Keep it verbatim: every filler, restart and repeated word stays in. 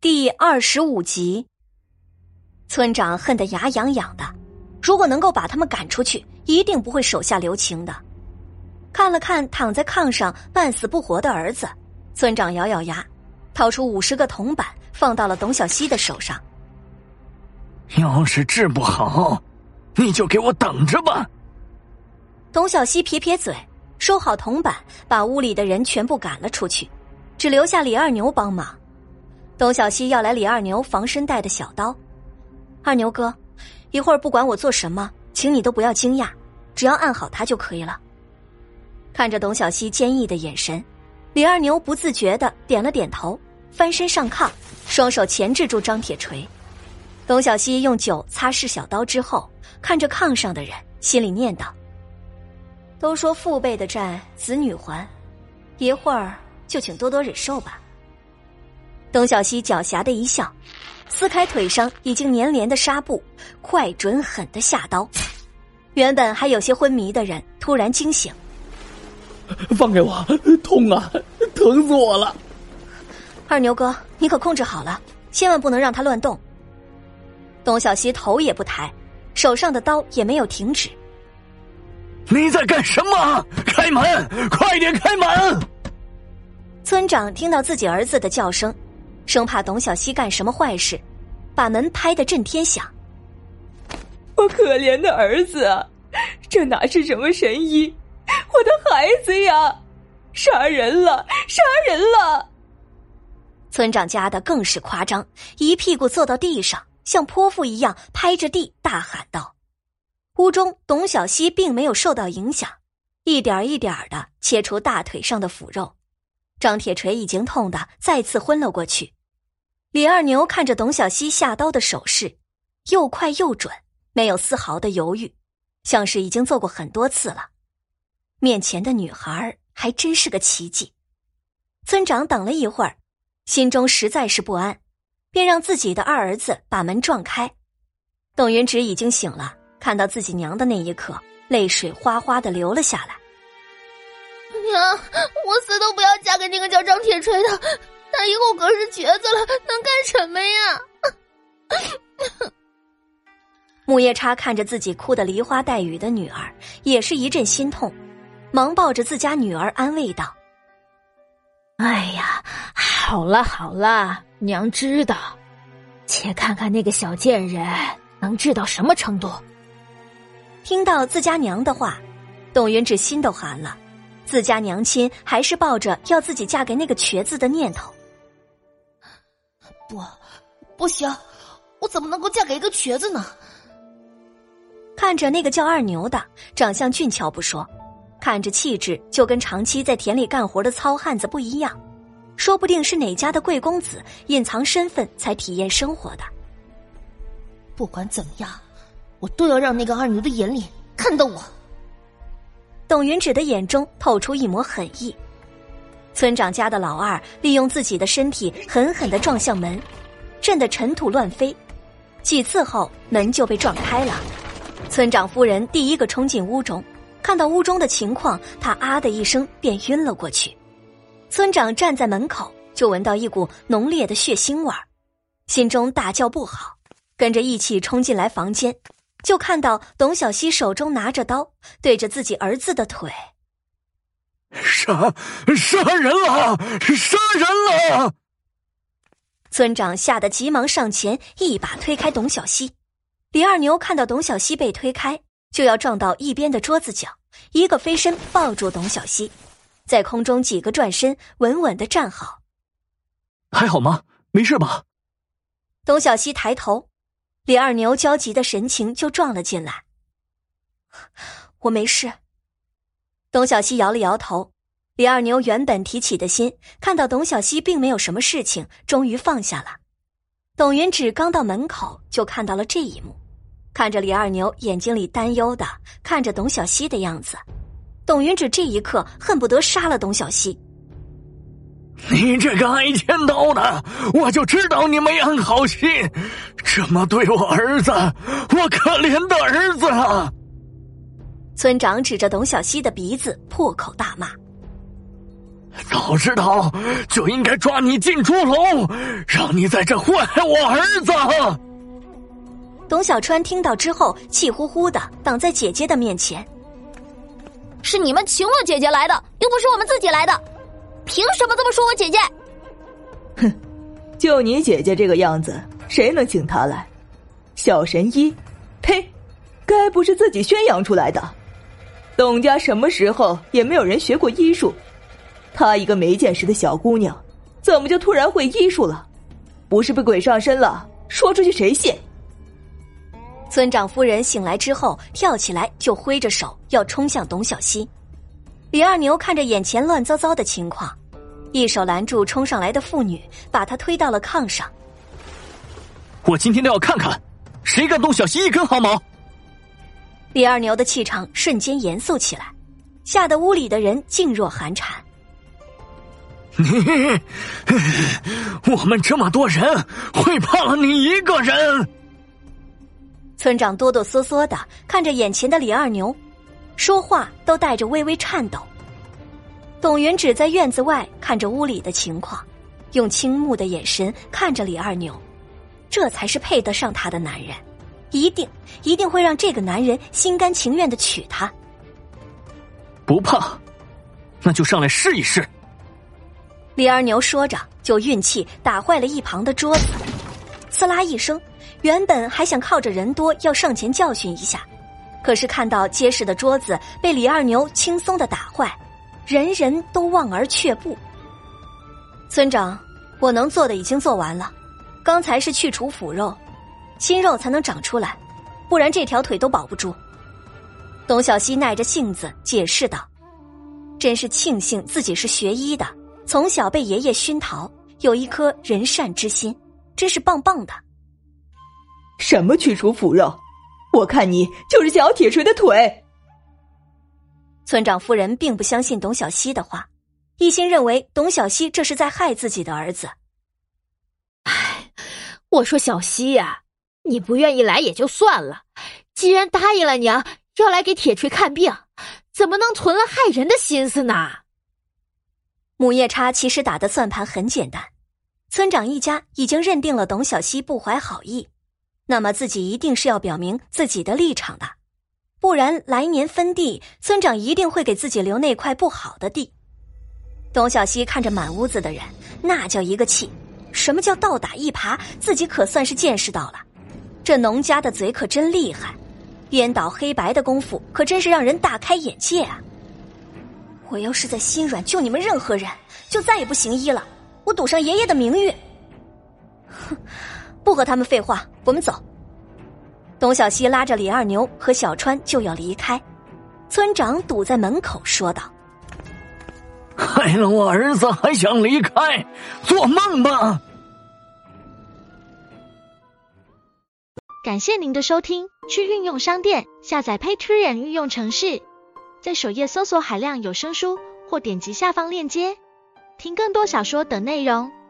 第二十五集。村长恨得牙痒痒的，如果能够把他们赶出去，一定不会手下留情的。看了看躺在炕上半死不活的儿子，村长咬咬牙，掏出五十个铜板放到了董小希的手上。 要是治不好，你就给我等着吧。 董小希撇撇嘴，收好铜板，把屋里的人全部赶了出去，只留下李二牛帮忙。董小希要来李二牛防身带的小刀。二牛哥，一会儿不管我做什么，请你都不要惊讶，只要按好它就可以了。看着董小希坚毅的眼神，李二牛不自觉地点了点头，翻身上炕，双手钳制住张铁锤。董小希用酒擦拭小刀之后，看着炕上的人，心里念叨：都说父辈的债子女还，一会儿就请多多忍受吧。董小希狡黠的一笑，撕开腿上已经粘连的纱布，快准狠的下刀。原本还有些昏迷的人突然惊醒。 放给我，痛啊，疼死我了。 二牛哥，你可控制好了，千万不能让他乱动。董小希头也不抬，手上的刀也没有停止。 你在干什么？开门，快点开门！ 村长听到自己儿子的叫声，生怕董小希干什么坏事，把门拍得震天响。 我可怜的儿子啊，这哪是什么神医，我的孩子呀，杀人了，杀人了！ 村长家的更是夸张，一屁股坐到地上，像泼妇一样拍着地大喊道。屋中董小希并没有受到影响，一点一点的切除大腿上的腐肉，张铁锤已经痛得再次昏了过去。李二牛看着董小希下刀的手势，又快又准，没有丝毫的犹豫，像是已经做过很多次了。面前的女孩还真是个奇迹。村长等了一会儿，心中实在是不安，便让自己的二儿子把门撞开。董云芷已经醒了，看到自己娘的那一刻，泪水哗哗地流了下来。 娘，我死都不要嫁给那个叫张铁锤的，他以后可是瘸子了，能干什么呀？ 穆夜叉看着自己哭得梨花带雨的女儿，也是一阵心痛，忙抱着自家女儿安慰道： 哎呀，好了好了，娘知道，且看看那个小贱人能治到什么程度。 听到自家娘的话，董云芷心都寒了，自家娘亲还是抱着要自己嫁给那个瘸子的念头。 不，不行，我怎么能够嫁给一个瘸子呢？ 看着那个叫二牛的，长相俊俏不说，看着气质就跟长期在田里干活的糙汉子不一样，说不定是哪家的贵公子隐藏身份才体验生活的。 不管怎么样，我都要让那个二牛的眼里看到我。 董云芷的眼中透出一抹狠意。村长家的老二利用自己的身体狠狠地撞向门，震得尘土乱飞。几次后，门就被撞开了。村长夫人第一个冲进屋中，看到屋中的情况，她啊的一声便晕了过去。村长站在门口，就闻到一股浓烈的血腥味儿，心中大叫不好，跟着一起冲进来房间，就看到董小希手中拿着刀，对着自己儿子的腿。 杀杀人了！杀人了！ 村长吓得急忙上前，一把推开董小希。李二牛看到董小希被推开，就要撞到一边的桌子角，一个飞身抱住董小希，在空中几个转身，稳稳地站好。 还好吗？没事吧？ 董小希抬头，李二牛焦急的神情就撞了进来。我没事。董小希摇了摇头。李二牛原本提起的心，看到董小希并没有什么事情，终于放下了。董云芷刚到门口，就看到了这一幕，看着李二牛眼睛里担忧的看着董小希的样子，董云芷这一刻恨不得杀了董小希。 你这个爱千刀的，我就知道你没安好心，这么对我儿子，我可怜的儿子啊！ 村长指着董小希的鼻子破口大骂。 早知道就应该抓你进猪笼，让你在这祸害我儿子。 董小川听到之后，气呼呼的挡在姐姐的面前。 是你们请我姐姐来的，又不是我们自己来的，凭什么这么说我姐姐？ 哼，就你姐姐这个样子，谁能请她来？小神医，呸！该不是自己宣扬出来的。董家什么时候也没有人学过医术，她一个没见识的小姑娘，怎么就突然会医术了？不是被鬼上身了？说出去谁信？ 村长夫人醒来之后，跳起来就挥着手要冲向董小希。李二牛看着眼前乱糟糟的情况，一手拦住冲上来的妇女，把她推到了炕上。 我今天都要看看，谁敢动小希一根毫毛！ 李二牛的气场瞬间严肃起来，吓得屋里的人噤若寒蝉。 你，我们这么多人，会怕了你一个人？ 村长哆哆嗦嗦的看着眼前的李二牛，说话都带着微微颤抖。董云只在院子外看着屋里的情况，用倾慕的眼神看着李二牛，这才是配得上他的男人，一定一定会让这个男人心甘情愿的娶她。 不怕，那就上来试一试。 李二牛说着，就运气打坏了一旁的桌子，刺啦一声，原本还想靠着人多要上前教训一下，可是看到结实的桌子被李二牛轻松的打坏，人人都望而却步。村长，我能做的已经做完了，刚才是去除腐肉，新肉才能长出来，不然这条腿都保不住。董小希耐着性子解释道，真是庆幸自己是学医的，从小被爷爷熏陶，有一颗仁善之心，真是棒棒的。 什么去除腐肉？我看你就是想要铁锤的腿。 村长夫人并不相信董小希的话，一心认为董小希这是在害自己的儿子。 唉，我说小希呀、啊，你不愿意来也就算了，既然答应了娘要来给铁锤看病，怎么能存了害人的心思呢？ 母夜叉其实打的算盘很简单，村长一家已经认定了董小希不怀好意，那么自己一定是要表明自己的立场的，不然来年分地，村长一定会给自己留那块不好的地。董小希看着满屋子的人，那叫一个气，什么叫倒打一耙，自己可算是见识到了。这农家的嘴可真厉害，颠倒黑白的功夫可真是让人大开眼界啊！我要是再心软救你们任何人，就再也不行医了，我赌上爷爷的名誉。哼，不和他们废话，我们走。董小希拉着李二牛和小川就要离开，村长堵在门口说道： 害了我儿子还想离开，做梦吧！ 感谢您的收听，去运用商店下载 Patreon 运用程式，在首页搜索海量有声书，或点击下方链接听更多小说等内容。